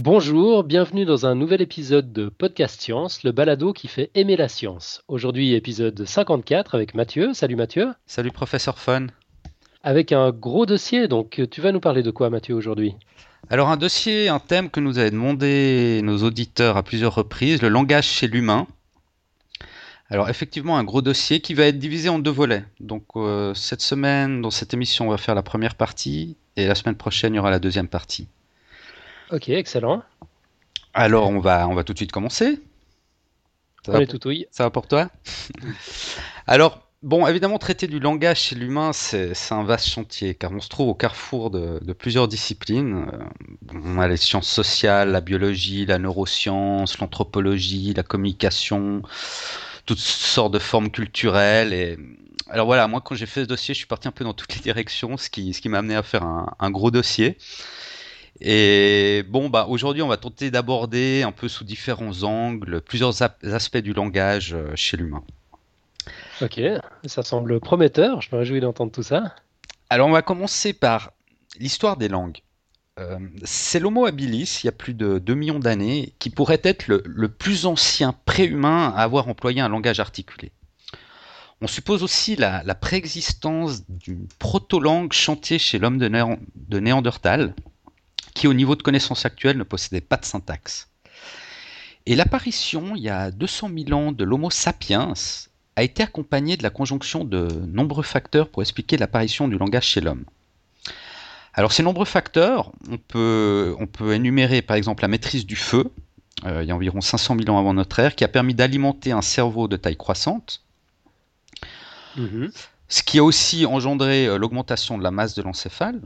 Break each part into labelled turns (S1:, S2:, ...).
S1: Bonjour, bienvenue dans un nouvel épisode de Podcast Science, le balado qui fait aimer la science. Aujourd'hui, épisode 54 avec Mathieu. Salut Mathieu.
S2: Salut professeur Fun.
S1: Avec un gros dossier, donc tu vas nous parler de quoi Mathieu aujourd'hui?
S2: Alors un thème que nous avaient demandé nos auditeurs à plusieurs reprises, le langage chez l'humain. Alors effectivement un gros dossier qui va être divisé en deux volets. Donc cette semaine, dans cette émission, on va faire la première partie et la semaine prochaine, il y aura la deuxième partie.
S1: Ok, excellent.
S2: Alors on va tout de suite commencer. Ça
S1: On
S2: va
S1: est
S2: pour,
S1: tout ouïe.
S2: ça va pour toi? Alors, bon, évidemment, traiter du langage chez l'humain, c'est un vaste chantier, car on se trouve au carrefour de plusieurs disciplines. On a les sciences sociales, la biologie, la neuroscience, l'anthropologie, la communication, toutes sortes de formes culturelles. Et alors voilà, moi, quand j'ai fait ce dossier, je suis parti un peu dans toutes les directions, ce qui m'a amené à faire un gros dossier. Et bon, bah aujourd'hui, on va tenter d'aborder un peu sous différents angles plusieurs aspects du langage chez l'humain.
S1: Ok, ça semble prometteur, je me réjouis d'entendre tout ça.
S2: Alors, on va commencer par l'histoire des langues. C'est l'Homo habilis, il y a plus de 2 millions d'années, qui pourrait être le plus ancien préhumain à avoir employé un langage articulé. On suppose aussi la préexistence d'une proto-langue chantée chez l'homme de Néandertal, qui au niveau de connaissance actuelle ne possédait pas de syntaxe. Et l'apparition, il y a 200 000 ans, de l'Homo sapiens a été accompagnée de la conjonction de nombreux facteurs pour expliquer l'apparition du langage chez l'homme. Alors ces nombreux facteurs, on peut énumérer par exemple la maîtrise du feu, il y a environ 500 000 ans avant notre ère, qui a permis d'alimenter un cerveau de taille croissante,
S1: Mhm.
S2: ce qui a aussi engendré l'augmentation de la masse de l'encéphale.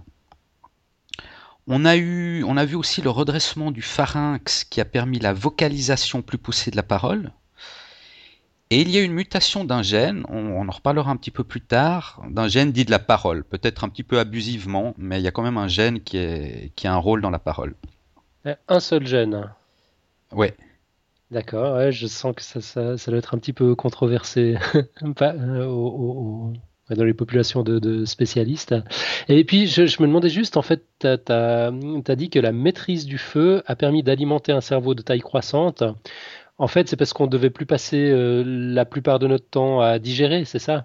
S2: On a vu aussi le redressement du pharynx qui a permis la vocalisation plus poussée de la parole. Et il y a une mutation d'un gène, on en reparlera un petit peu plus tard, d'un gène dit de la parole, peut-être un petit peu abusivement, mais il y a quand même un gène qui a un rôle dans la parole.
S1: Un seul gène.
S2: Ouais.
S1: D'accord, ouais, je sens que ça doit être un petit peu controversé ouais, dans les populations de spécialistes. Et puis, je me demandais juste, en fait, tu as dit que la maîtrise du feu a permis d'alimenter un cerveau de taille croissante. En fait, c'est parce qu'on ne devait plus passer la plupart de notre temps à digérer, c'est ça?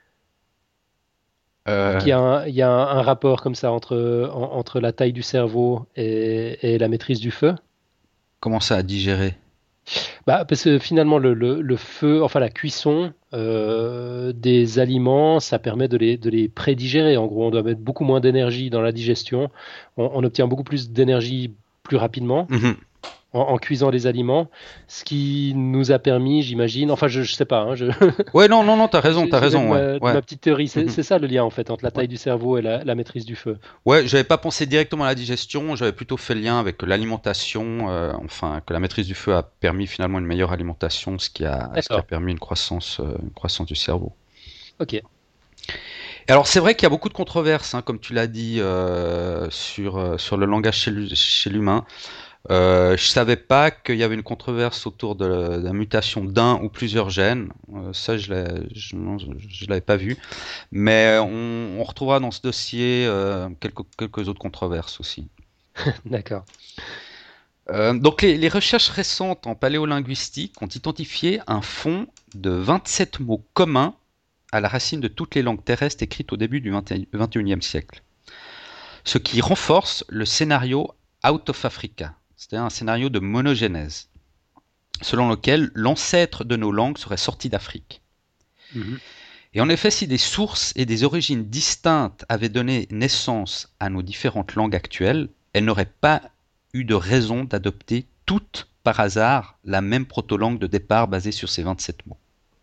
S1: Qu'il
S2: Euh,
S1: y a il y a un rapport comme ça entre la taille du cerveau et la maîtrise du feu?
S2: Comment ça à digérer?
S1: Bah, parce que finalement, le feu, enfin la cuisson des aliments, ça permet de les prédigérer. En gros, on doit mettre beaucoup moins d'énergie dans la digestion. On obtient beaucoup plus d'énergie plus rapidement
S2: Mhm.
S1: en cuisant les aliments, ce qui nous a permis, j'imagine, enfin je sais pas, hein,
S2: Ouais, non, non, non, t'as
S1: j'y vais
S2: raison, ouais,
S1: de
S2: ouais.
S1: ma petite théorie.
S2: Mhm.
S1: C'est ça le lien en fait entre la
S2: Ouais,
S1: taille du cerveau et la maîtrise du feu.
S2: ouais, j'avais pas pensé directement à la digestion, j'avais plutôt fait le lien avec l'alimentation, enfin, que la maîtrise du feu a permis finalement une meilleure alimentation, ce qui a
S1: D'accord,
S2: permis une croissance du cerveau.
S1: ok.
S2: Et alors, c'est vrai qu'il y a beaucoup de controverses, hein, comme tu l'as dit, sur le langage chez l'humain. Je savais pas qu'il y avait une controverse autour de la mutation d'un ou plusieurs gènes. Ça, non, je l'avais pas vu. Mais on retrouvera dans ce dossier quelques autres controverses aussi.
S1: D'accord.
S2: Donc les recherches récentes en paléolinguistique ont identifié un fond de 27 mots communs à la racine de toutes les langues terrestres écrites au début du 21e siècle. Ce qui renforce le scénario Out of Africa, c'est-à-dire un scénario de monogénèse, selon lequel l'ancêtre de nos langues serait sorti d'Afrique.
S1: Mhm.
S2: Et en effet, si des sources et des origines distinctes avaient donné naissance à nos différentes langues actuelles, elles n'auraient pas eu de raison d'adopter toutes par hasard la même proto-langue de départ basée sur ces 27 mots.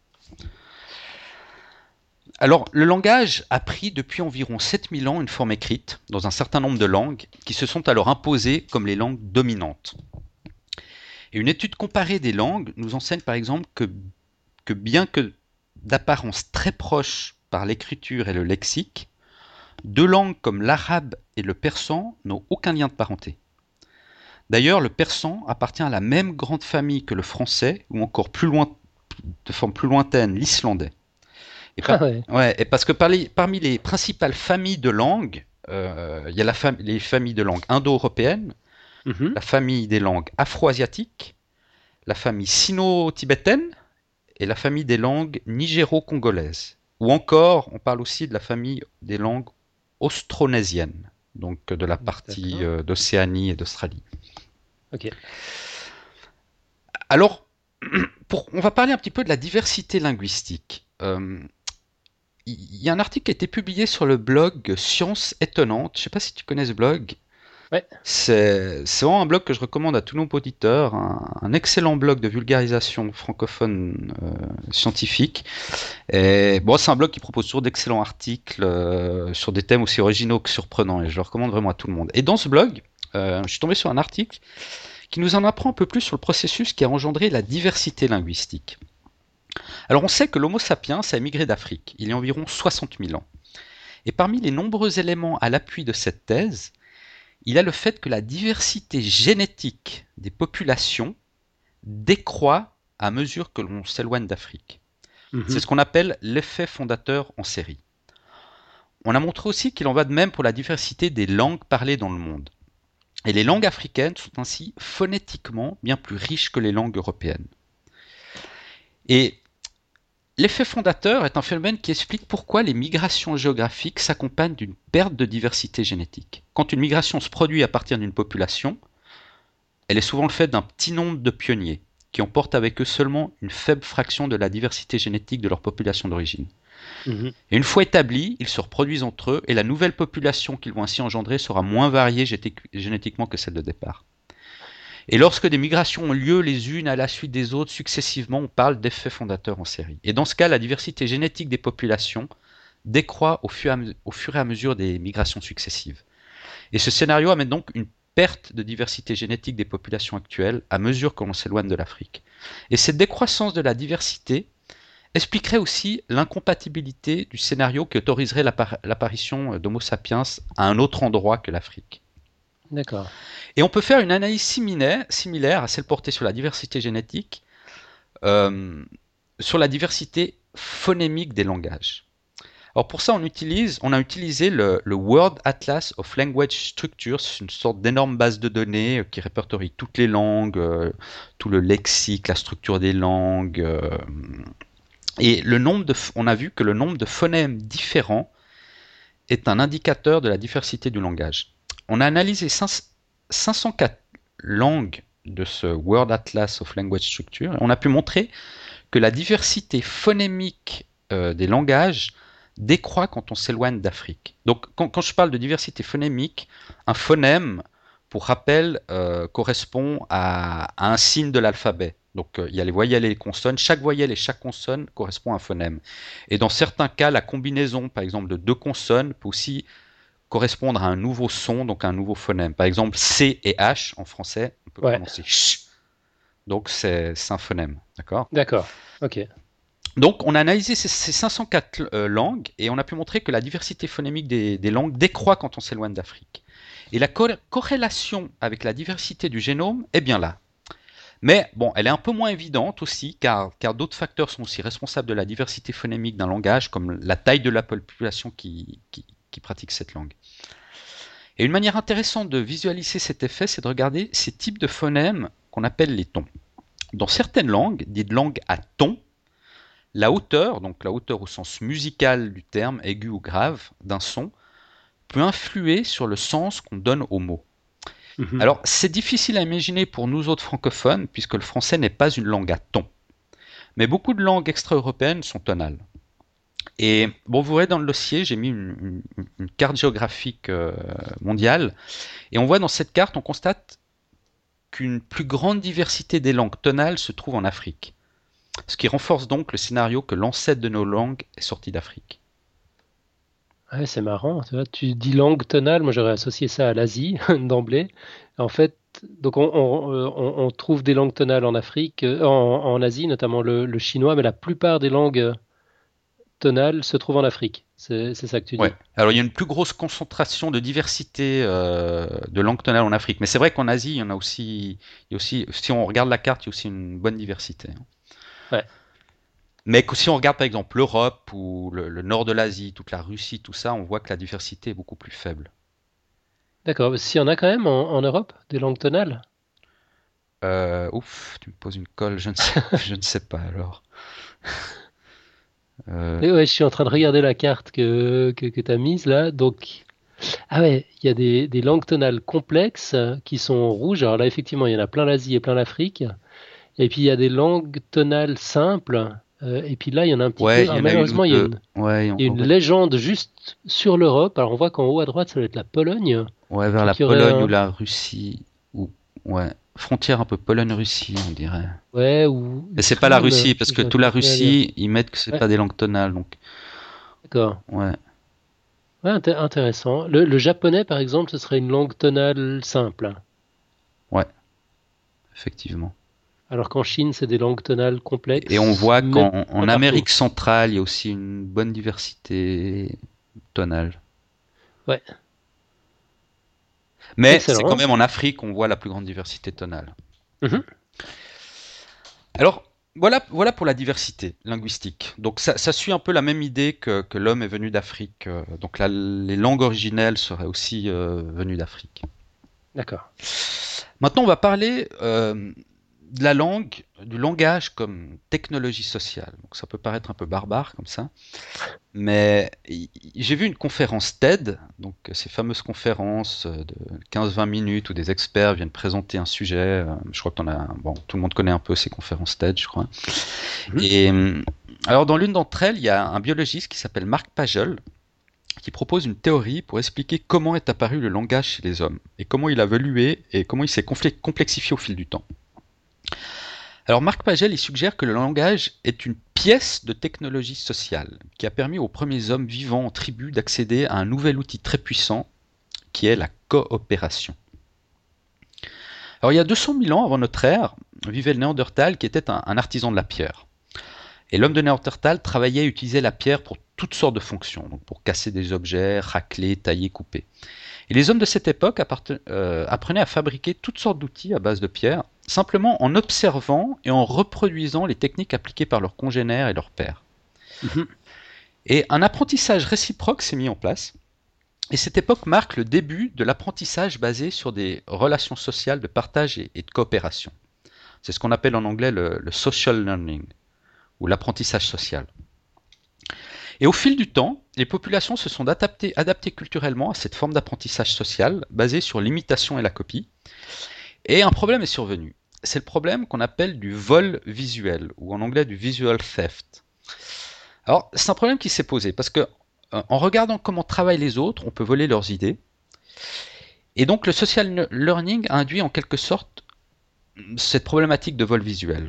S2: Alors, le langage a pris depuis environ 7000 ans une forme écrite dans un certain nombre de langues qui se sont alors imposées comme les langues dominantes. Et une étude comparée des langues nous enseigne par exemple que bien que d'apparence très proches par l'écriture et le lexique, deux langues comme l'arabe et le persan n'ont aucun lien de parenté. D'ailleurs, le persan appartient à la même grande famille que le français, ou encore plus loin, de forme plus lointaine, l'islandais. Et,
S1: Ah ouais.
S2: ouais, et parce que parmi les principales familles de langues, il y a les familles de langues indo-européennes,
S1: Mhm.
S2: la famille des langues afro-asiatiques, la famille sino-tibétaine et la famille des langues nigéro-congolaises. Ou encore, on parle aussi de la famille des langues austronésiennes, donc de la partie
S1: D'accord.
S2: d'Océanie et d'Australie.
S1: Ok.
S2: Alors, on va parler un petit peu de la diversité linguistique. Il y a un article qui a été publié sur le blog Sciences étonnantes. Je ne sais pas si tu connais ce blog.
S1: Ouais.
S2: C'est vraiment un blog que je recommande à tous nos auditeurs, un excellent blog de vulgarisation francophone scientifique. Et bon, c'est un blog qui propose toujours d'excellents articles sur des thèmes aussi originaux que surprenants, et je le recommande vraiment à tout le monde. Et dans ce blog, je suis tombé sur un article qui nous en apprend un peu plus sur le processus qui a engendré la diversité linguistique. Alors on sait que l'Homo sapiens a émigré d'Afrique il y a environ 60 000 ans. Et parmi les nombreux éléments à l'appui de cette thèse, il y a le fait que la diversité génétique des populations décroît à mesure que l'on s'éloigne d'Afrique. C'est
S1: Mhm.
S2: ce qu'on appelle l'effet fondateur en série. On a montré aussi qu'il en va de même pour la diversité des langues parlées dans le monde. Et les langues africaines sont ainsi phonétiquement bien plus riches que les langues européennes. Et l'effet fondateur est un phénomène qui explique pourquoi les migrations géographiques s'accompagnent d'une perte de diversité génétique. Quand une migration se produit à partir d'une population, elle est souvent le fait d'un petit nombre de pionniers qui emportent avec eux seulement une faible fraction de la diversité génétique de leur population d'origine.
S1: Mhm.
S2: Et une fois établis, ils se reproduisent entre eux et la nouvelle population qu'ils vont ainsi engendrer sera moins variée génétiquement que celle de départ. Et lorsque des migrations ont lieu les unes à la suite des autres successivement, on parle d'effet fondateur en série. Et dans ce cas, la diversité génétique des populations décroît au fur et à mesure des migrations successives. Et ce scénario amène donc une perte de diversité génétique des populations actuelles à mesure que l'on s'éloigne de l'Afrique. Et cette décroissance de la diversité expliquerait aussi l'incompatibilité du scénario qui autoriserait l'apparition d'Homo sapiens à un autre endroit que l'Afrique.
S1: D'accord.
S2: Et on peut faire une analyse similaire à celle portée sur la diversité génétique, euh, sur la diversité phonémique des langages. Alors pour ça, on a utilisé le World Atlas of Language Structures, une sorte d'énorme base de données qui répertorie toutes les langues, tout le lexique, la structure des langues. Et on a vu que le nombre de phonèmes différents est un indicateur de la diversité du langage. On a analysé 504 langues de ce World Atlas of Language Structure et on a pu montrer que la diversité phonémique des langages décroît quand on s'éloigne d'Afrique. Donc quand je parle de diversité phonémique, un phonème, pour rappel, correspond à un signe de l'alphabet. Donc il y a les voyelles et les consonnes. Chaque voyelle et chaque consonne correspond à un phonème. Et dans certains cas, la combinaison, par exemple, de deux consonnes peut aussi correspondre à un nouveau son, donc à un nouveau phonème. Par exemple, C et H en français, on peut
S1: Ouais.
S2: prononcer ch. Donc c'est un phonème, d'accord?
S1: D'accord. Ok.
S2: Donc on a analysé ces 504 langues et on a pu montrer que la diversité phonémique des langues décroît quand on s'éloigne d'Afrique. Et la corrélation avec la diversité du génome est bien là. Mais bon, elle est un peu moins évidente aussi, car d'autres facteurs sont aussi responsables de la diversité phonémique d'un langage, comme la taille de la population qui pratique cette langue. Et une manière intéressante de visualiser cet effet, c'est de regarder ces types de phonèmes qu'on appelle les tons. Dans certaines langues, dites langues à ton, la hauteur, donc la hauteur au sens musical du terme, aigu ou grave, d'un son, peut influer sur le sens qu'on donne au mot.
S1: Mhm.
S2: Alors, c'est difficile à imaginer pour nous autres francophones, puisque le français n'est pas une langue à ton. Mais beaucoup de langues extra-européennes sont tonales. Et bon, vous verrez dans le dossier, j'ai mis une carte géographique mondiale, et on voit dans cette carte, on constate qu'une plus grande diversité des langues tonales se trouve en Afrique. Ce qui renforce donc le scénario que l'ancêtre de nos langues est sorti d'Afrique.
S1: Ouais, c'est marrant. Tu vois, tu dis langue tonale, moi j'aurais associé ça à l'Asie d'emblée. En fait, donc on trouve des langues tonales en Afrique, en Asie, notamment le chinois, mais la plupart des langues tonales se trouvent en Afrique. C'est ça que tu
S2: Ouais.
S1: dis.
S2: Alors il y a une plus grosse concentration de diversité de langues tonales en Afrique, mais c'est vrai qu'en Asie, il y a aussi, si on regarde la carte, il y a aussi une bonne diversité.
S1: Ouais.
S2: Mais si on regarde par exemple l'Europe ou le nord de l'Asie, toute la Russie, tout ça, on voit que la diversité est beaucoup plus faible.
S1: D'accord. S'il y en a quand même en Europe, des langues tonales?
S2: Ouf, tu me poses une colle, je ne sais pas alors. Euh,
S1: Et ouais, je suis en train de regarder la carte que tu as mise là. Donc, ah ouais, il y a des langues tonales complexes qui sont rouges. Alors là, effectivement, il y en a plein l'Asie et plein l'Afrique. Et puis, il y a des langues tonales simples. Et puis là, il y en a un petit
S2: ouais,
S1: peu.
S2: il
S1: Ah,
S2: y en a une ou
S1: malheureusement,
S2: deux. Ouais,
S1: il y a une légende juste sur l'Europe. Alors, on voit qu'en haut à droite, ça doit être la Pologne.
S2: ouais, vers la
S1: Donc, il y aurait
S2: Pologne ou
S1: un.
S2: la Russie, ou ouais, frontière un peu Pologne-Russie, on dirait.
S1: Ouais, ou
S2: Mais c'est pas la
S1: Ukraine.
S2: Russie, parce que
S1: J'aurais
S2: toute la
S1: continué à lire.
S2: Russie, ils mettent que c'est
S1: Ouais,
S2: pas des langues tonales, donc
S1: d'accord.
S2: ouais,
S1: Ouais, intéressant. Le japonais, par exemple, ce serait une langue tonale simple.
S2: ouais, effectivement.
S1: Alors qu'en Chine, c'est des langues tonales
S2: Et on
S1: complexes,
S2: voit
S1: mais
S2: qu'en
S1: pas partout.
S2: Amérique centrale, il y a aussi une bonne diversité tonale.
S1: Ouais,
S2: Mais c'est quand
S1: excellent.
S2: même en Afrique qu'on voit la plus grande diversité tonale.
S1: Mhm.
S2: Alors, voilà pour la diversité linguistique. Donc ça suit un peu la même idée que l'homme est venu d'Afrique. Donc là, les langues originelles seraient aussi venues d'Afrique.
S1: D'accord.
S2: Maintenant, on va parler de la langue, du langage comme technologie sociale. Donc ça peut paraître un peu barbare comme ça, mais j'ai vu une conférence TED, donc ces fameuses conférences de 15-20 minutes où des experts viennent présenter un sujet. Je crois bon, tout le monde connaît un peu ces conférences TED, je crois.
S1: Mhm.
S2: Et alors dans l'une d'entre elles, il y a un biologiste qui s'appelle Marc Pagel qui propose une théorie pour expliquer comment est apparu le langage chez les hommes et comment il a évolué et comment il s'est complexifié au fil du temps. Alors Marc Pagel il suggère que le langage est une pièce de technologie sociale qui a permis aux premiers hommes vivants en tribu d'accéder à un nouvel outil très puissant qui est la coopération. Alors il y a 200 000 ans avant notre ère vivait le Néandertal qui était un artisan de la pierre. Et l'homme de Néandertal travaillait et utilisait la pierre pour toutes sortes de fonctions, donc pour casser des objets, racler, tailler, couper. Et les hommes de cette époque apprenaient à fabriquer toutes sortes d'outils à base de pierre, simplement en observant et en reproduisant les techniques appliquées par leurs congénères et leurs pairs.
S1: Mhm.
S2: Et un apprentissage réciproque s'est mis en place, et cette époque marque le début de l'apprentissage basé sur des relations sociales de partage et de coopération. C'est ce qu'on appelle en anglais le social learning, ou l'apprentissage social. Et au fil du temps, les populations se sont adaptées culturellement à cette forme d'apprentissage social basée sur l'imitation et la copie. Et un problème est survenu. C'est le problème qu'on appelle du vol visuel, ou en anglais du visual theft. Alors, c'est un problème qui s'est posé parce que en regardant comment travaillent les autres, on peut voler leurs idées. Et donc, le social learning a induit en quelque sorte cette problématique de vol visuel.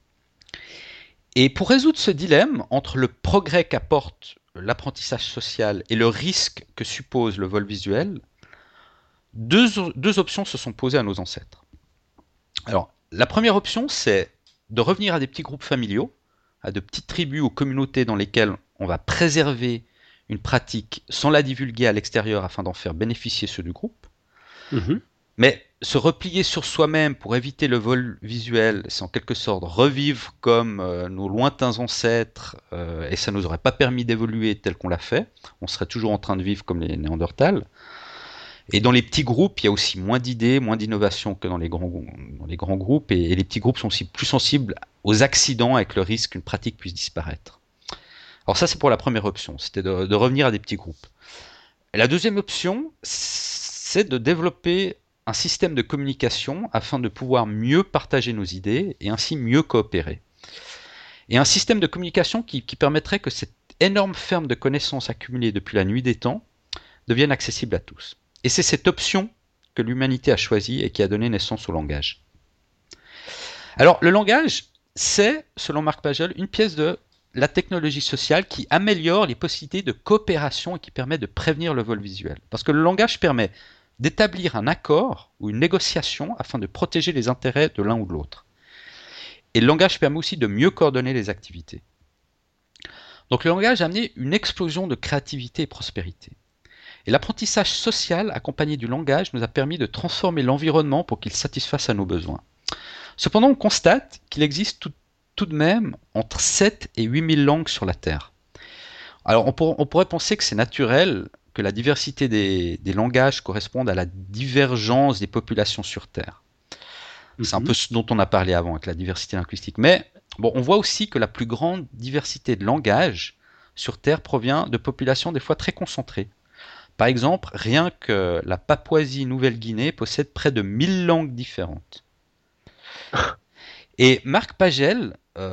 S2: Et pour résoudre ce dilemme entre le progrès qu'apporte l'apprentissage social et le risque que suppose le vol visuel, deux options se sont posées à nos ancêtres. Alors, la première option, c'est de revenir à des petits groupes familiaux, à de petites tribus ou communautés dans lesquelles on va préserver une pratique sans la divulguer à l'extérieur afin d'en faire bénéficier ceux du groupe.
S1: Mhm.
S2: Mais se replier sur soi-même pour éviter le vol visuel, c'est en quelque sorte revivre comme nos lointains ancêtres, et ça nous aurait pas permis d'évoluer tel qu'on l'a fait. On serait toujours en train de vivre comme les Néandertals. Et dans les petits groupes, il y a aussi moins d'idées, moins d'innovations que dans les grands groupes, et les petits groupes sont aussi plus sensibles aux accidents avec le risque qu'une pratique puisse disparaître. Alors ça, c'est pour la première option, c'était de revenir à des petits groupes. Et la deuxième option, c'est de développer un système de communication afin de pouvoir mieux partager nos idées et ainsi mieux coopérer. Et un système de communication qui permettrait que cette énorme ferme de connaissances accumulées depuis la nuit des temps devienne accessible à tous. Et c'est cette option que l'humanité a choisie et qui a donné naissance au langage. Alors, le langage, c'est, selon Marc Pagel, une pièce de la technologie sociale qui améliore les possibilités de coopération et qui permet de prévenir le vol visuel. Parce que le langage permet d'établir un accord ou une négociation afin de protéger les intérêts de l'un ou de l'autre. Et le langage permet aussi de mieux coordonner les activités. Donc le langage a amené une explosion de créativité et prospérité. Et l'apprentissage social accompagné du langage nous a permis de transformer l'environnement pour qu'il satisfasse à nos besoins. Cependant, on constate qu'il existe tout de même entre 7 et 8 000 langues sur la Terre. Alors on pourrait penser que c'est naturel que la diversité des langages corresponde à la divergence des populations sur Terre. C'est un peu ce dont on a parlé avant avec la diversité linguistique. Mais bon, on voit aussi que la plus grande diversité de langages sur Terre provient de populations des fois très concentrées. Par exemple, rien que la Papouasie-Nouvelle-Guinée possède près de 1000 langues différentes. Et Marc Pagel,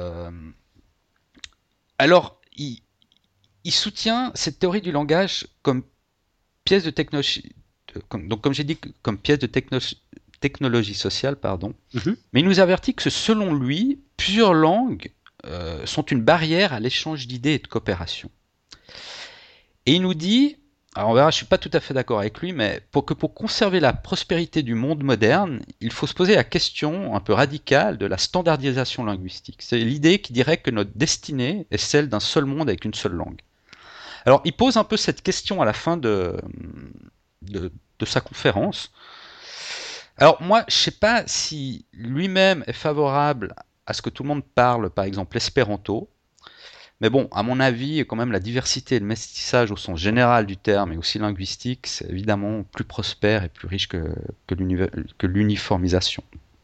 S2: alors, il soutient cette théorie du langage comme pièce de technologie, donc comme j'ai dit, comme pièce de technologie sociale, pardon. Mais il nous avertit que selon lui, plusieurs langues sont une barrière à l'échange d'idées et de coopération. Et il nous dit, alors on verra, je suis pas tout à fait d'accord avec lui, mais pour conserver la prospérité du monde moderne, il faut se poser la question un peu radicale de la standardisation linguistique. C'est l'idée qui dirait que notre destinée est celle d'un seul monde avec une seule langue. Alors il pose un peu cette question à la fin de sa conférence. Alors moi, je sais pas si lui-même est favorable à ce que tout le monde parle, par exemple, l'espéranto. Mais bon, à mon avis, quand même, la diversité et le métissage au sens général du terme et aussi linguistique, c'est évidemment plus prospère et plus riche que l'uniformisation.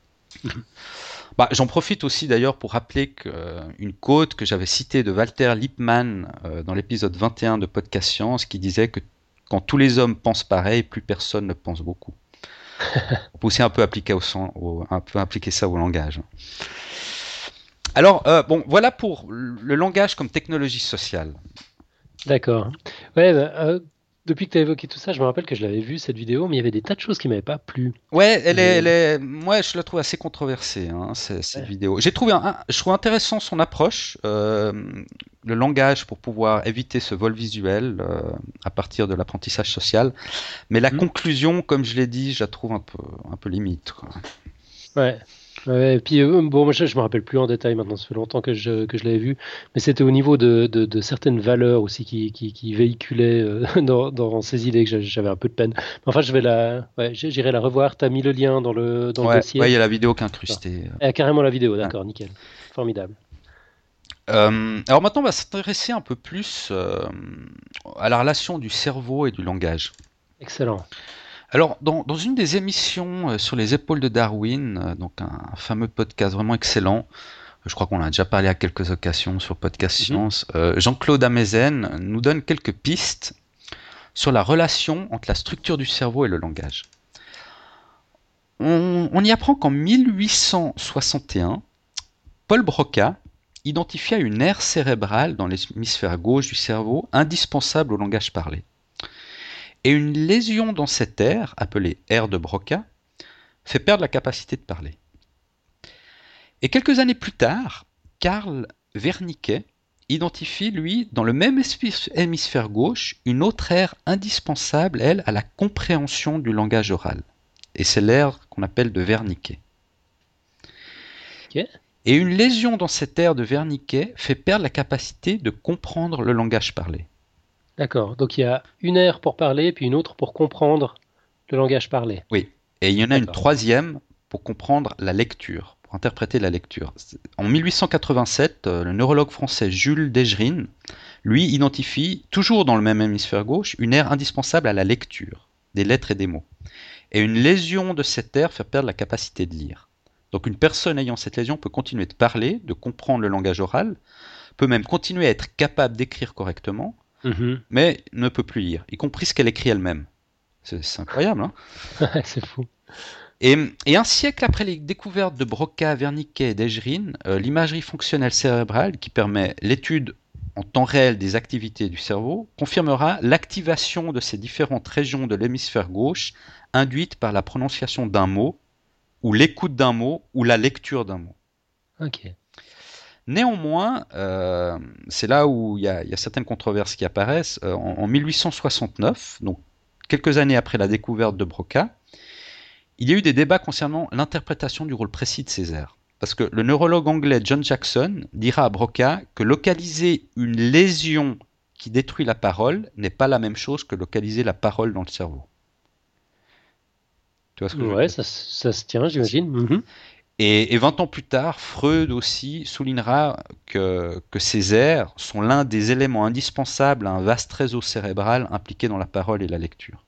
S2: J'en profite aussi d'ailleurs pour rappeler une quote que j'avais citée de Walter Lippmann dans l'épisode 21 de Podcast Science qui disait que quand tous les hommes pensent pareil, plus personne ne pense beaucoup. On peut aussi un peu appliquer ça au langage. Alors, voilà pour le langage comme technologie sociale.
S1: D'accord. Ouais, depuis que tu as évoqué tout ça, je me rappelle que je l'avais vu cette vidéo, mais il y avait des tas de choses qui m'avaient pas plu.
S2: Ouais, moi je la trouve assez controversée, cette vidéo. Je trouve intéressant son approche, le langage pour pouvoir éviter ce vol visuel à partir de l'apprentissage social. Mais la conclusion, comme je l'ai dit, je la trouve un peu limite, quoi.
S1: Ouais. Ouais, et puis moi je me rappelle plus en détail maintenant, ça fait longtemps que je l'avais vu, mais c'était au niveau de certaines valeurs aussi qui véhiculaient dans ces idées que j'avais un peu de peine. Mais enfin, j'irai la revoir. T'as mis le lien dans le dossier.
S2: Ouais, il y a la vidéo qui est incrustée.
S1: Carrément la vidéo, d'accord, nickel, formidable.
S2: Alors maintenant, on va s'intéresser un peu plus à la relation du cerveau et du langage.
S1: Excellent.
S2: Alors, dans une des émissions sur les épaules de Darwin, donc un fameux podcast vraiment excellent, je crois qu'on en a déjà parlé à quelques occasions sur Podcast Science, Jean-Claude Amezen nous donne quelques pistes sur la relation entre la structure du cerveau et le langage. On y apprend qu'en 1861, Paul Broca identifia une aire cérébrale dans l'hémisphère gauche du cerveau indispensable au langage parlé. Et une lésion dans cette aire, appelée aire de Broca, fait perdre la capacité de parler. Et quelques années plus tard, Carl Wernicke identifie, lui, dans le même hémisphère gauche, une autre aire indispensable, elle, à la compréhension du langage oral. Et c'est l'aire qu'on appelle de Wernicke.
S1: Okay.
S2: Et une lésion dans cette aire de Wernicke fait perdre la capacité de comprendre le langage parlé.
S1: D'accord, donc il y a une aire pour parler, puis une autre pour comprendre le langage parlé.
S2: Oui, et il y en a une troisième pour comprendre la lecture, pour interpréter la lecture. En 1887, le neurologue français Jules Desgerine, lui, identifie, toujours dans le même hémisphère gauche, une aire indispensable à la lecture, des lettres et des mots. Et une lésion de cette aire fait perdre la capacité de lire. Donc une personne ayant cette lésion peut continuer de parler, de comprendre le langage oral, peut même continuer à être capable d'écrire correctement, mais ne peut plus lire, y compris ce qu'elle écrit elle-même. C'est incroyable, hein.
S1: C'est fou.
S2: Et un siècle après les découvertes de Broca, Wernicke et Desgerine, l'imagerie fonctionnelle cérébrale, qui permet l'étude en temps réel des activités du cerveau, confirmera l'activation de ces différentes régions de l'hémisphère gauche induite par la prononciation d'un mot, ou l'écoute d'un mot, ou la lecture d'un mot.
S1: Ok.
S2: Néanmoins, c'est là où il y a certaines controverses qui apparaissent. En 1869, donc quelques années après la découverte de Broca, il y a eu des débats concernant l'interprétation du rôle précis de ces aires. Parce que le neurologue anglais John Jackson dira à Broca que localiser une lésion qui détruit la parole n'est pas la même chose que localiser la parole dans le cerveau. Tu vois ce que je veux dire ?
S1: Ça se tient, j'imagine.
S2: Et 20 ans plus tard, Freud aussi soulignera que ces aires sont l'un des éléments indispensables à un vaste réseau cérébral impliqué dans la parole et la lecture.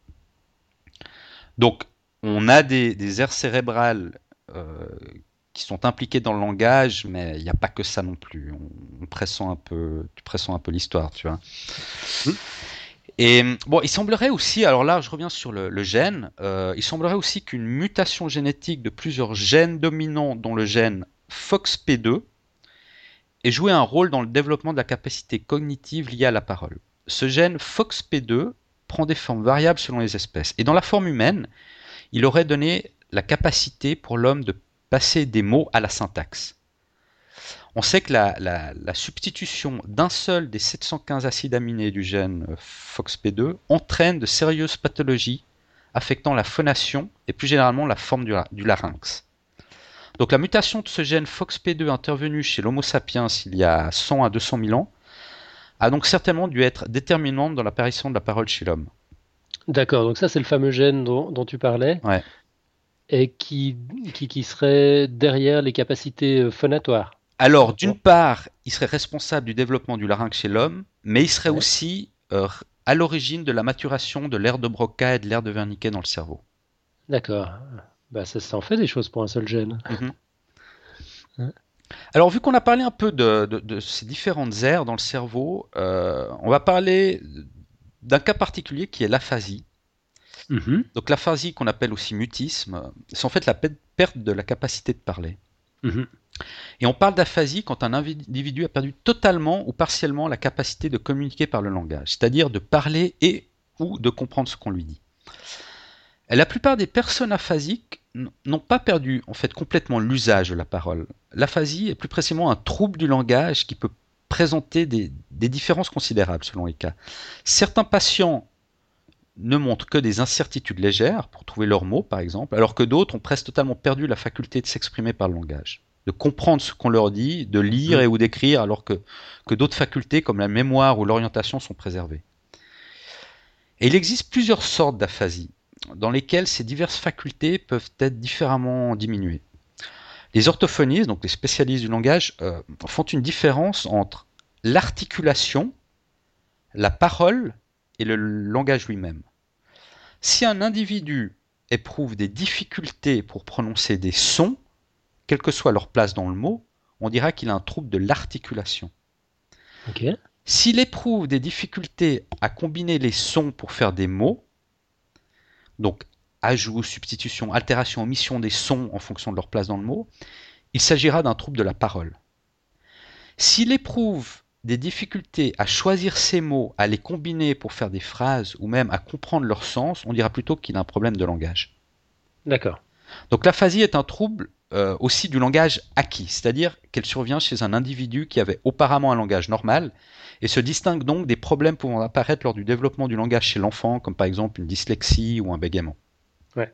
S2: Donc, on a des aires cérébrales qui sont impliquées dans le langage, mais il n'y a pas que ça non plus. Tu pressens un peu l'histoire, tu vois. Et bon, il semblerait aussi, alors là je reviens sur le gène, il semblerait aussi qu'une mutation génétique de plusieurs gènes dominants, dont le gène FOXP2, ait joué un rôle dans le développement de la capacité cognitive liée à la parole. Ce gène FOXP2 prend des formes variables selon les espèces. Et dans la forme humaine, il aurait donné la capacité pour l'homme de passer des mots à la syntaxe. On sait que la substitution d'un seul des 715 acides aminés du gène FOXP2 entraîne de sérieuses pathologies affectant la phonation et plus généralement la forme du larynx. Donc la mutation de ce gène FOXP2 intervenue chez l'Homo sapiens il y a 100 à 200 000 ans a donc certainement dû être déterminante dans l'apparition de la parole chez l'homme.
S1: D'accord, donc ça c'est le fameux gène dont tu parlais,
S2: Ouais.
S1: et qui serait derrière les capacités phonatoires.
S2: Alors, d'une part, il serait responsable du développement du larynx chez l'homme, mais il serait aussi à l'origine de la maturation de l'aire de Broca et de l'aire de Wernicke dans le cerveau.
S1: D'accord. Bah, ça en fait des choses pour un seul gène.
S2: Alors, vu qu'on a parlé un peu de ces différentes aires dans le cerveau, on va parler d'un cas particulier qui est l'aphasie. Donc, l'aphasie, qu'on appelle aussi mutisme, c'est en fait la perte de la capacité de parler. Et on parle d'aphasie quand un individu a perdu totalement ou partiellement la capacité de communiquer par le langage, c'est-à-dire de parler et ou de comprendre ce qu'on lui dit. Et la plupart des personnes aphasiques n'ont pas perdu en fait complètement l'usage de la parole. L'aphasie est plus précisément un trouble du langage qui peut présenter des différences considérables selon les cas. Certains patients ne montrent que des incertitudes légères pour trouver leurs mots par exemple, alors que d'autres ont presque totalement perdu la faculté de s'exprimer par le langage, de comprendre ce qu'on leur dit, de lire et ou d'écrire, alors que d'autres facultés comme la mémoire ou l'orientation sont préservées. Et il existe plusieurs sortes d'aphasie, dans lesquelles ces diverses facultés peuvent être différemment diminuées. Les orthophonistes, donc les spécialistes du langage, font une différence entre l'articulation, la parole et le langage lui-même. Si un individu éprouve des difficultés pour prononcer des sons, quelle que soit leur place dans le mot, on dira qu'il a un trouble de l'articulation.
S1: Okay.
S2: S'il éprouve des difficultés à combiner les sons pour faire des mots, donc ajout, substitution, altération, omission des sons en fonction de leur place dans le mot, il s'agira d'un trouble de la parole. S'il éprouve des difficultés à choisir ses mots, à les combiner pour faire des phrases ou même à comprendre leur sens, on dira plutôt qu'il a un problème de langage.
S1: D'accord.
S2: Donc l'aphasie est un trouble aussi du langage acquis, c'est-à-dire qu'elle survient chez un individu qui avait auparavant un langage normal et se distingue donc des problèmes pouvant apparaître lors du développement du langage chez l'enfant, comme par exemple une dyslexie ou un bégaiement.
S1: Ouais.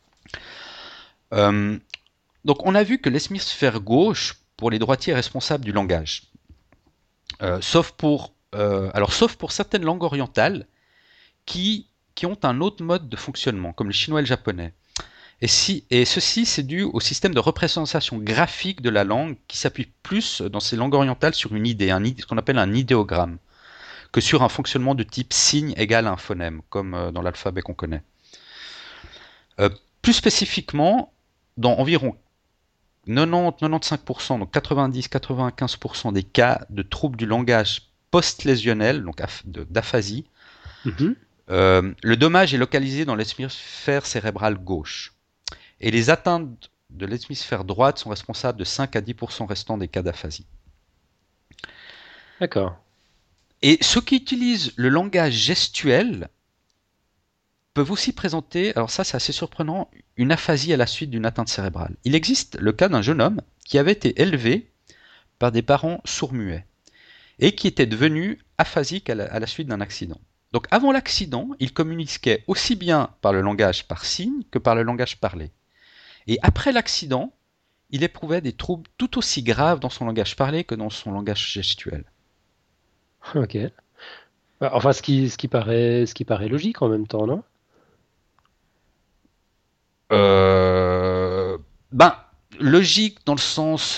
S2: Donc on a vu que l'hémisphère gauche, pour les droitiers, est responsable du langage. Sauf pour certaines langues orientales qui ont un autre mode de fonctionnement, comme le chinois et le japonais. Et ceci, c'est dû au système de représentation graphique de la langue qui s'appuie plus dans ces langues orientales sur une idée, ce qu'on appelle un idéogramme, que sur un fonctionnement de type signe égale un phonème, comme dans l'alphabet qu'on connaît. Plus spécifiquement, dans environ 90-95%, donc 90-95% des cas de troubles du langage post-lésionnel, donc d'aphasie, le dommage est localisé dans l'hémisphère cérébral gauche. Et les atteintes de l'hémisphère droite sont responsables de 5 à 10% restants des cas d'aphasie.
S1: D'accord.
S2: Et ceux qui utilisent le langage gestuel peuvent aussi présenter, alors ça c'est assez surprenant, une aphasie à la suite d'une atteinte cérébrale. Il existe le cas d'un jeune homme qui avait été élevé par des parents sourds-muets et qui était devenu aphasique à la suite d'un accident. Donc avant l'accident, il communiquait aussi bien par le langage par signe que par le langage parlé. Et après l'accident, il éprouvait des troubles tout aussi graves dans son langage parlé que dans son langage gestuel.
S1: Ok. Enfin, ce qui paraît logique en même temps, non?
S2: logique dans le sens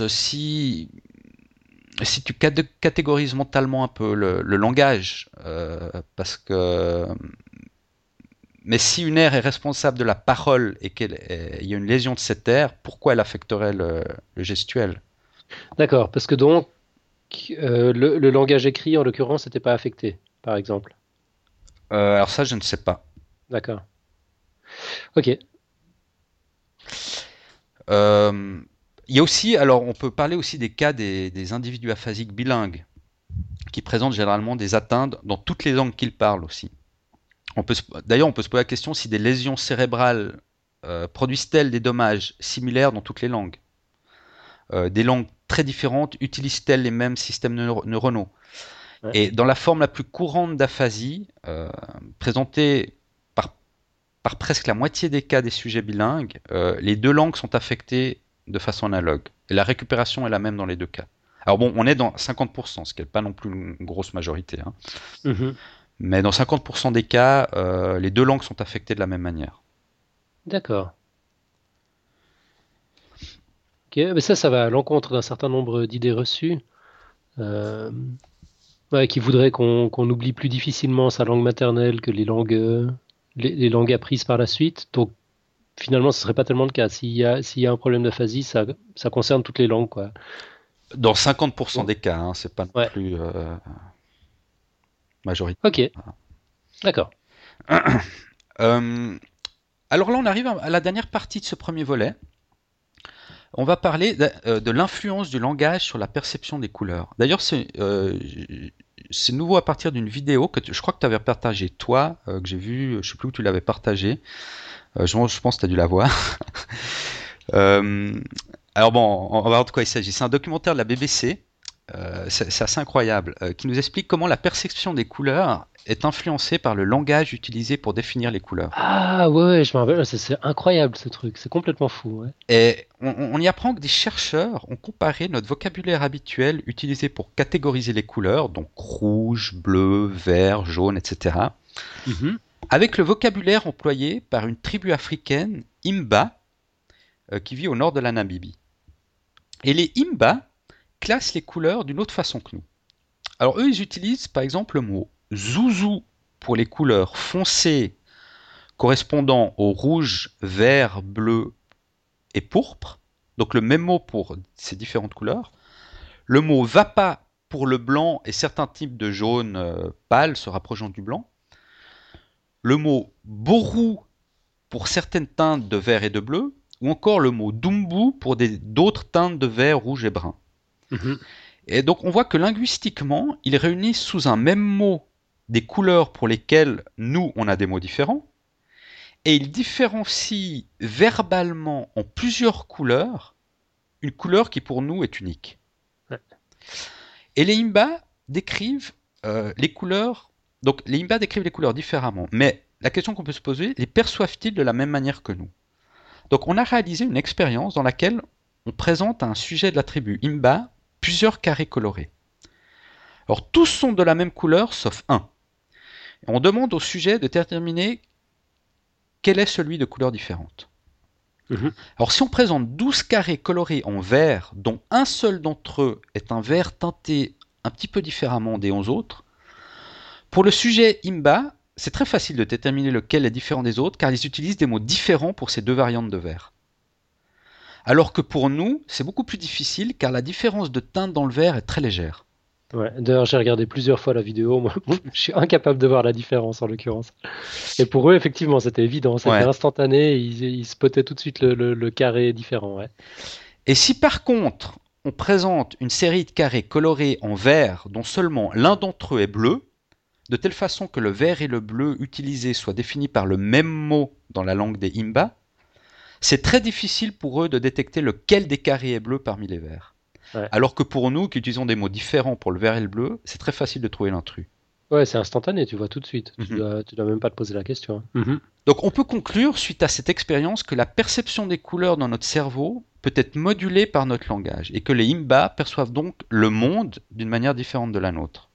S2: si tu catégorises mentalement un peu le langage, parce que mais si une aire est responsable de la parole et qu'il y a une lésion de cette aire, pourquoi elle affecterait le gestuel?
S1: D'accord, parce que donc le langage écrit, en l'occurrence, n'était pas affecté, par exemple.
S2: Alors ça, je ne sais pas.
S1: D'accord. Ok.
S2: Euh, il y a aussi, alors on peut parler aussi des cas des individus aphasiques bilingues qui présentent généralement des atteintes dans toutes les langues qu'ils parlent aussi. D'ailleurs, on peut se poser la question si des lésions cérébrales produisent-elles des dommages similaires dans toutes les langues. Des langues très différentes utilisent-elles les mêmes systèmes neuronaux?
S1: Ouais.
S2: Et dans la forme la plus courante d'aphasie, présentée par presque la moitié des cas des sujets bilingues, les deux langues sont affectées de façon analogue. Et la récupération est la même dans les deux cas. Alors bon, on est dans 50%, ce qui n'est pas non plus une grosse majorité. Hein.
S1: Mhm.
S2: Mais dans 50% des cas, les deux langues sont affectées de la même manière.
S1: D'accord. Ok, mais ça va à l'encontre d'un certain nombre d'idées reçues euh, ouais, qui voudraient qu'on oublie plus difficilement sa langue maternelle que les langues apprises par la suite. Donc finalement, ce serait pas tellement le cas. S'il y a un problème d'aphasie, ça concerne toutes les langues, quoi.
S2: Dans 50%
S1: Bon.
S2: des cas, hein, c'est pas non
S1: Ouais.
S2: plus majoritaire.
S1: Ok. D'accord.
S2: Euh, alors là, on arrive à la dernière partie de ce premier volet. On va parler de l'influence du langage sur la perception des couleurs. D'ailleurs, c'est nouveau à partir d'une vidéo que je crois que tu avais partagée, toi, que j'ai vu, je ne sais plus où tu l'avais partagée. Je pense que tu as dû la voir. Euh, alors bon, on va voir de quoi il s'agit. C'est un documentaire de la BBC, c'est assez incroyable, qui nous explique comment la perception des couleurs est influencée par le langage utilisé pour définir les couleurs.
S1: Ah ouais, je me rappelle. C'est incroyable ce truc. C'est complètement fou. Ouais.
S2: Et on y apprend que des chercheurs ont comparé notre vocabulaire habituel utilisé pour catégoriser les couleurs, donc rouge, bleu, vert, jaune, etc.,
S1: Mhm.
S2: avec le vocabulaire employé par une tribu africaine, Imba, qui vit au nord de la Namibie. Et les Imba classent les couleurs d'une autre façon que nous. Alors eux, ils utilisent par exemple le mot zouzou pour les couleurs foncées correspondant au rouge, vert, bleu et pourpre, donc le même mot pour ces différentes couleurs. Le mot vapa pour le blanc et certains types de jaune pâle se rapprochant du blanc. Le mot borou pour certaines teintes de vert et de bleu, ou encore le mot dumbu pour d'autres teintes de vert, rouge et brun.
S1: Mhm.
S2: Et donc on voit que linguistiquement, ils réunissent sous un même mot des couleurs pour lesquelles nous, on a des mots différents, et ils différencient verbalement en plusieurs couleurs une couleur qui pour nous est unique.
S1: Ouais.
S2: Et les Imba décrivent les couleurs. Donc les Imba décrivent les couleurs différemment, mais la question qu'on peut se poser, les perçoivent-ils de la même manière que nous? Donc on a réalisé une expérience dans laquelle on présente à un sujet de la tribu Imba plusieurs carrés colorés. Alors tous sont de la même couleur sauf un. Et on demande au sujet de déterminer quel est celui de couleur différente.
S1: Mhm.
S2: Alors si on présente 12 carrés colorés en vert, dont un seul d'entre eux est un vert teinté un petit peu différemment des 11 autres, pour le sujet Imba, c'est très facile de déterminer lequel est différent des autres car ils utilisent des mots différents pour ces deux variantes de vert. Alors que pour nous, c'est beaucoup plus difficile car la différence de teinte dans le vert est très légère.
S1: Ouais. D'ailleurs, j'ai regardé plusieurs fois la vidéo. Moi, je suis incapable de voir la différence en l'occurrence. Et pour eux, effectivement, c'était évident. C'était
S2: Ouais.
S1: instantané. Ils spottaient tout de suite le carré différent. Ouais.
S2: Et si par contre, on présente une série de carrés colorés en vert dont seulement l'un d'entre eux est bleu, de telle façon que le vert et le bleu utilisés soient définis par le même mot dans la langue des Imba, c'est très difficile pour eux de détecter lequel des carrés est bleu parmi les verts.
S1: Ouais.
S2: Alors que pour nous, qui utilisons des mots différents pour le vert et le bleu, c'est très facile de trouver l'intrus.
S1: Ouais, c'est instantané. Tu vois tout de suite.
S2: Mhm.
S1: Tu dois même pas te poser la question. Mhm.
S2: Donc on peut conclure, suite à cette expérience, que la perception des couleurs dans notre cerveau peut être modulée par notre langage et que les Imba perçoivent donc le monde d'une manière différente de la nôtre.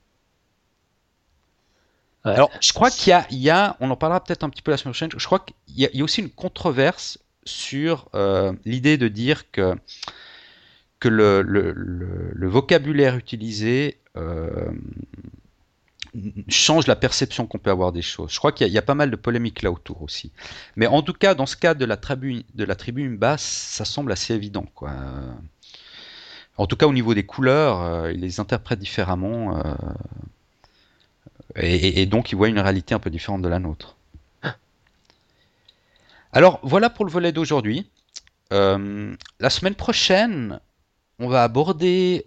S1: Ouais.
S2: Alors, je crois qu'il y a, on en parlera peut-être un petit peu la semaine prochaine, je crois qu'il y a aussi une controverse sur l'idée de dire que le vocabulaire utilisé change la perception qu'on peut avoir des choses. Je crois qu'il y a pas mal de polémiques là autour aussi. Mais en tout cas, dans ce cas de la tribu Mba, ça semble assez évident, quoi. En tout cas, au niveau des couleurs, ils les interprètent différemment et donc ils voient une réalité un peu différente de la nôtre. Alors, voilà pour le volet d'aujourd'hui. La semaine prochaine, on va aborder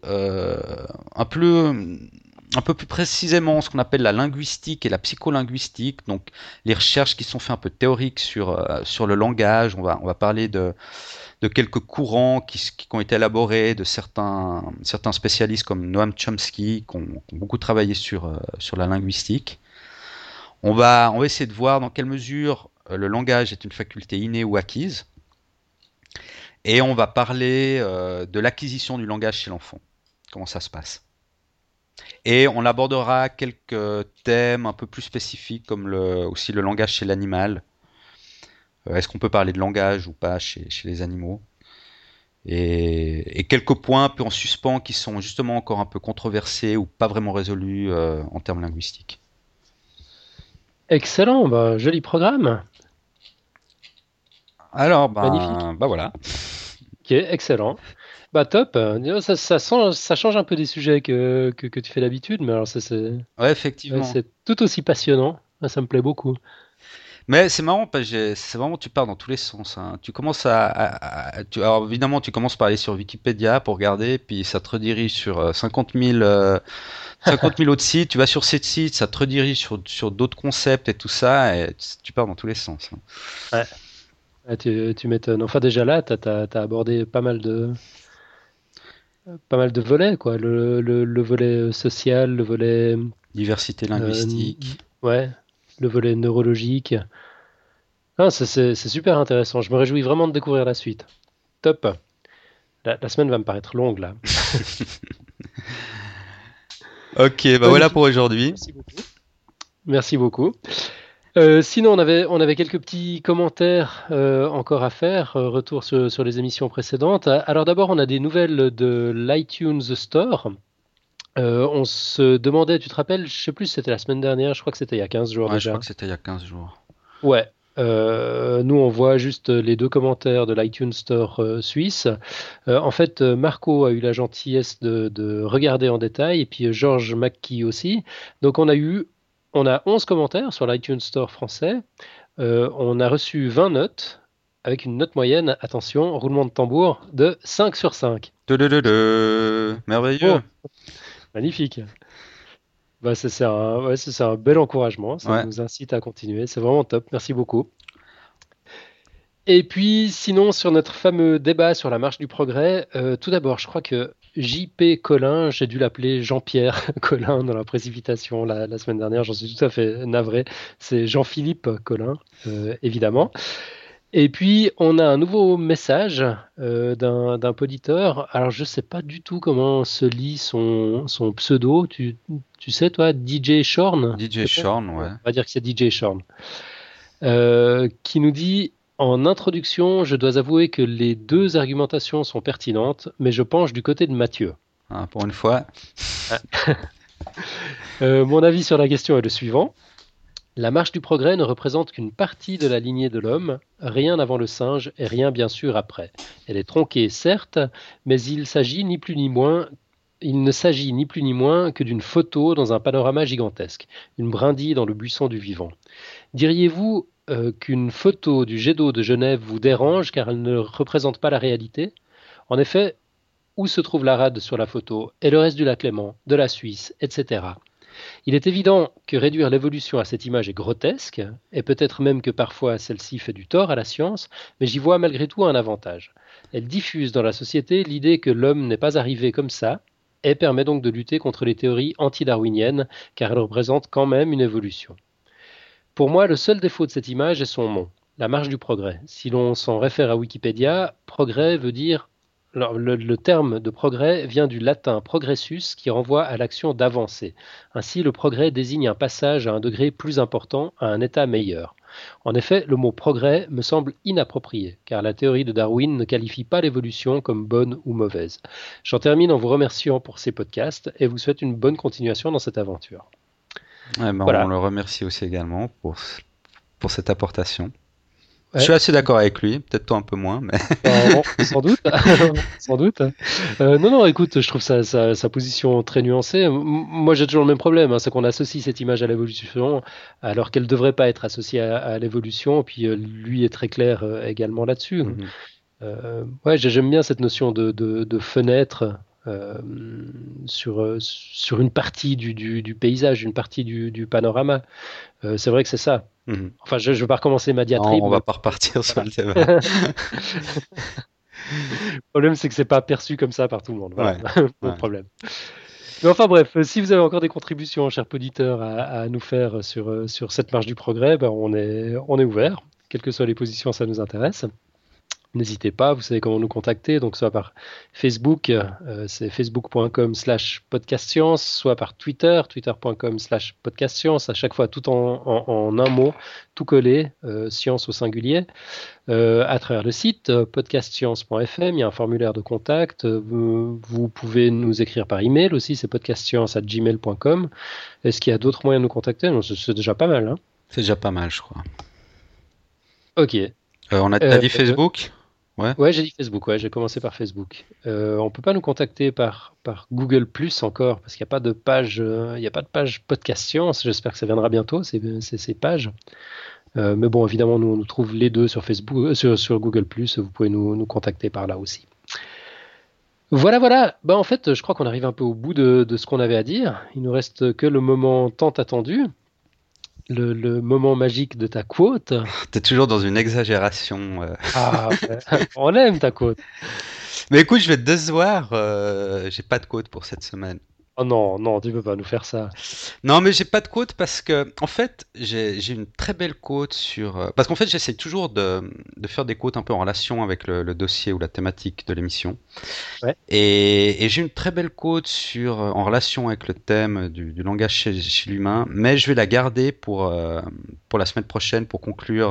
S2: un peu plus précisément ce qu'on appelle la linguistique et la psycholinguistique, donc les recherches qui sont faites un peu théoriques sur le langage. On va parler de quelques courants qui ont été élaborés, de certains spécialistes comme Noam Chomsky qui ont beaucoup travaillé sur la linguistique. On va essayer de voir dans quelle mesure le langage est une faculté innée ou acquise. Et on va parler de l'acquisition du langage chez l'enfant. Comment ça se passe. Et on abordera quelques thèmes un peu plus spécifiques comme aussi le langage chez l'animal. Est-ce qu'on peut parler de langage ou pas chez les animaux? Et quelques points un peu en suspens qui sont justement encore un peu controversés ou pas vraiment résolus en termes linguistiques.
S1: Excellent, bah, joli programme.
S2: Alors,
S1: Magnifique.
S2: voilà.
S1: Ok, excellent. Bah top. Ça change un peu des sujets que tu fais d'habitude, mais alors
S2: Ouais, effectivement.
S1: c'est tout aussi passionnant. Ça me plaît beaucoup.
S2: Mais c'est marrant parce que c'est vraiment tu pars dans tous les sens. Hein. Tu commences alors évidemment tu commences par aller sur Wikipédia pour regarder, puis ça te redirige sur 50 000 autres sites. Tu vas sur ces sites, ça te redirige sur d'autres concepts et tout ça, et tu pars dans tous les sens. Hein.
S1: Ouais. Ah, tu m'étonnes. Enfin déjà là, t'as abordé pas mal de volets, quoi. Le volet social, le volet
S2: Diversité
S1: euh,
S2: linguistique.
S1: ouais, le volet neurologique. Ah, c'est super intéressant. Je me réjouis vraiment de découvrir la suite. Top. La semaine va me paraître longue là.
S2: Ok, bah voilà
S1: Magnifique.
S2: pour aujourd'hui.
S1: Merci beaucoup. Merci beaucoup. Sinon, on avait quelques petits commentaires encore à faire, retour sur les émissions précédentes. Alors d'abord, on a des nouvelles de l'iTunes Store. On se demandait, tu te rappelles, je sais plus si c'était la semaine dernière, je crois que c'était il y a 15 jours
S2: Ouais, je crois
S1: déjà.
S2: que c'était il y a 15 jours.
S1: Ouais. Nous, on voit juste les deux commentaires de l'iTunes Store suisse. En fait, Marco a eu la gentillesse de regarder en détail, et puis Georges McKee aussi. Donc, on a 11 commentaires sur l'iTunes Store français. On a reçu 20 notes, avec une note moyenne, attention, roulement de tambour, de 5 sur 5.
S2: Merveilleux.
S1: Oh, magnifique. Bah, c'est un bel encouragement, ça
S2: Ouais.
S1: nous incite à continuer, c'est vraiment top, merci beaucoup. Et puis, sinon, sur notre fameux débat sur la marche du progrès, tout d'abord, je crois que JP Collin, j'ai dû l'appeler Jean-Pierre Collin dans la précipitation la semaine dernière, j'en suis tout à fait navré. C'est Jean-Philippe Collin, évidemment. Et puis, on a un nouveau message d'un poditeur. Alors, je ne sais pas du tout comment se lit son pseudo. Tu sais, toi, DJ Shorn,
S2: DJ
S1: peut-être?
S2: Shorn,
S1: On
S2: ouais.
S1: va dire que c'est DJ Shorn. Qui nous dit, en introduction, je dois avouer que les deux argumentations sont pertinentes, mais je penche du côté de Mathieu.
S2: Hein, pour une fois.
S1: Mon avis sur la question est le suivant. La marche du progrès ne représente qu'une partie de la lignée de l'homme, rien avant le singe et rien bien sûr après. Elle est tronquée, certes, mais il ne s'agit ni plus ni moins que d'une photo dans un panorama gigantesque, une brindille dans le buisson du vivant. Diriez-vous qu'une photo du jet d'eau de Genève vous dérange car elle ne représente pas la réalité? En effet, où se trouve la rade sur la photo et le reste du lac Léman, de la Suisse, etc. Il est évident que réduire l'évolution à cette image est grotesque, et peut-être même que parfois celle-ci fait du tort à la science, mais j'y vois malgré tout un avantage. Elle diffuse dans la société l'idée que l'homme n'est pas arrivé comme ça, et permet donc de lutter contre les théories anti-darwiniennes, car elle représente quand même une évolution. Pour moi, le seul défaut de cette image est son nom, la marche du progrès. Si l'on s'en réfère à Wikipédia, progrès veut dire le terme de progrès vient du latin progressus qui renvoie à l'action d'avancer. Ainsi, le progrès désigne un passage à un degré plus important, à un état meilleur. En effet, le mot progrès me semble inapproprié, car la théorie de Darwin ne qualifie pas l'évolution comme bonne ou mauvaise. J'en termine en vous remerciant pour ces podcasts et vous souhaite une bonne continuation dans cette aventure.
S2: Ouais, ben,
S1: Voilà.
S2: on le remercie aussi également pour cette apportation.
S1: Ouais.
S2: Je suis assez d'accord avec lui, peut-être toi un peu moins, mais
S1: Sans doute, sans doute. Non, écoute, je trouve sa position très nuancée. Moi, j'ai toujours le même problème, hein, c'est qu'on associe cette image à l'évolution, alors qu'elle ne devrait pas être associée à l'évolution. Et puis, lui est très clair également là-dessus.
S2: Mhm.
S1: Ouais, j'aime bien cette notion de fenêtre euh, sur une partie du paysage, une partie du panorama. C'est vrai que c'est ça.
S2: Mhm.
S1: Enfin, je ne vais pas recommencer ma
S2: Non,
S1: diatribe,
S2: on
S1: mais
S2: va pas repartir sur le débat.
S1: voilà. Le problème, c'est que c'est pas perçu comme ça par tout le monde. Voilà,
S2: Ouais,
S1: notre
S2: ouais.
S1: problème. Mais enfin bref, si vous avez encore des contributions, chers auditeurs, à nous faire sur cette marche du progrès, ben, on est ouvert. Quelles que soient les positions, ça nous intéresse. N'hésitez pas, vous savez comment nous contacter, donc soit par Facebook, c'est facebook.com/podcastscience, soit par Twitter, twitter.com/podcastscience, à chaque fois tout en un mot, tout collé, science au singulier. À travers le site podcastscience.fm, il y a un formulaire de contact. Vous pouvez nous écrire par email aussi, c'est podcastscience@gmail.com. Est-ce qu'il y a d'autres moyens de nous contacter? Non, c'est déjà pas mal, hein.
S2: C'est déjà pas mal, je crois.
S1: Ok.
S2: T'as dit Facebook? Ouais.
S1: Ouais, j'ai dit Facebook, ouais, j'ai commencé par Facebook. On peut pas nous contacter par Google Plus encore, parce qu'il n'y a pas de page, il y a pas de page Podcast Science. J'espère que ça viendra bientôt, ces pages. Mais bon, évidemment, nous, on nous trouve les deux sur Facebook, sur Google Plus. Vous pouvez nous contacter par là aussi. Voilà. Bah, en fait, je crois qu'on arrive un peu au bout de ce qu'on avait à dire. Il nous reste que le moment tant attendu, le moment magique de ta quote.
S2: T'es toujours dans une exagération.
S1: Ah, ouais. On aime ta quote.
S2: Mais écoute, je vais te décevoir. J'ai pas de code pour cette semaine.
S1: Oh non, non, tu peux pas nous faire ça.
S2: Non, mais j'ai pas de quote parce que, en fait, j'ai une très belle quote sur. Parce qu'en fait, j'essaie toujours de faire des quotes un peu en relation avec le dossier ou la thématique de l'émission.
S1: Ouais.
S2: Et j'ai une très belle quote en relation avec le thème du langage chez l'humain, mais je vais la garder pour la semaine prochaine pour conclure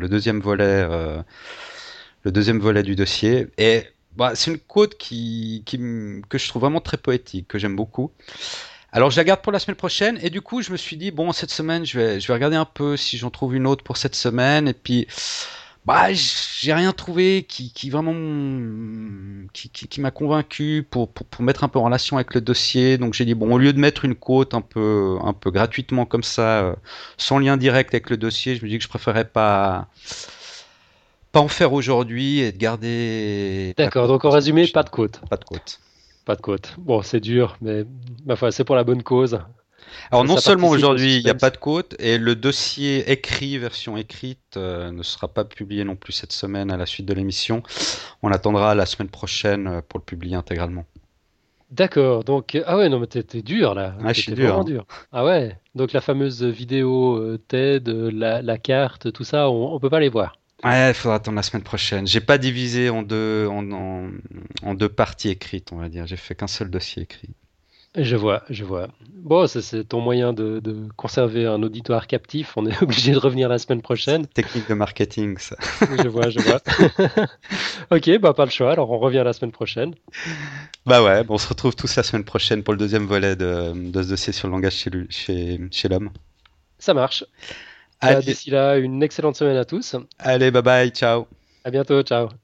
S2: le deuxième volet du dossier. Et bah, c'est une quote que je trouve vraiment très poétique, que j'aime beaucoup. Alors je la garde pour la semaine prochaine et du coup je me suis dit bon cette semaine je vais regarder un peu si j'en trouve une autre pour cette semaine et puis bah j'ai rien trouvé qui vraiment qui m'a convaincu pour mettre un peu en relation avec le dossier, donc j'ai dit bon au lieu de mettre une quote un peu gratuitement comme ça sans lien direct avec le dossier, je me dis que je préférais pas en faire aujourd'hui et de garder la
S1: D'accord,
S2: quote
S1: donc en
S2: pour la semaine
S1: résumé, pas
S2: prochaine.
S1: de quote.
S2: Pas de quote.
S1: Pas de quote. Bon, c'est dur, mais ma foi, c'est pour la bonne cause.
S2: Alors non
S1: Ça
S2: seulement
S1: participe au
S2: aujourd'hui il n'y a
S1: suspense.
S2: pas de quote et le dossier écrit, version écrite, ne sera pas publié non plus cette semaine à la suite de l'émission. On attendra la semaine prochaine pour le publier intégralement.
S1: D'accord, donc ah ouais, non, mais t'es dur là.
S2: Ah, je suis
S1: T'es
S2: dur,
S1: vraiment
S2: hein.
S1: dur. Ah ouais, donc la fameuse vidéo TED, la carte, tout ça, on peut pas les voir.
S2: Ouais, il faudra attendre la semaine prochaine. J'ai pas divisé en deux parties écrites, on va dire. J'ai fait qu'un seul dossier écrit.
S1: Je vois. Bon, ça, c'est ton moyen de conserver un auditoire captif. On est obligé de revenir la semaine prochaine.
S2: Technique de marketing, ça.
S1: Je vois. Ok, bah pas le choix. Alors on revient la semaine prochaine.
S2: Bah ouais, bon, on se retrouve tous la semaine prochaine pour le deuxième volet de ce dossier sur le langage chez l'homme.
S1: Ça marche. Bah,
S2: Allez,
S1: d'ici là, une excellente semaine à tous.
S2: allez, bye bye, ciao.
S1: À bientôt. Ciao.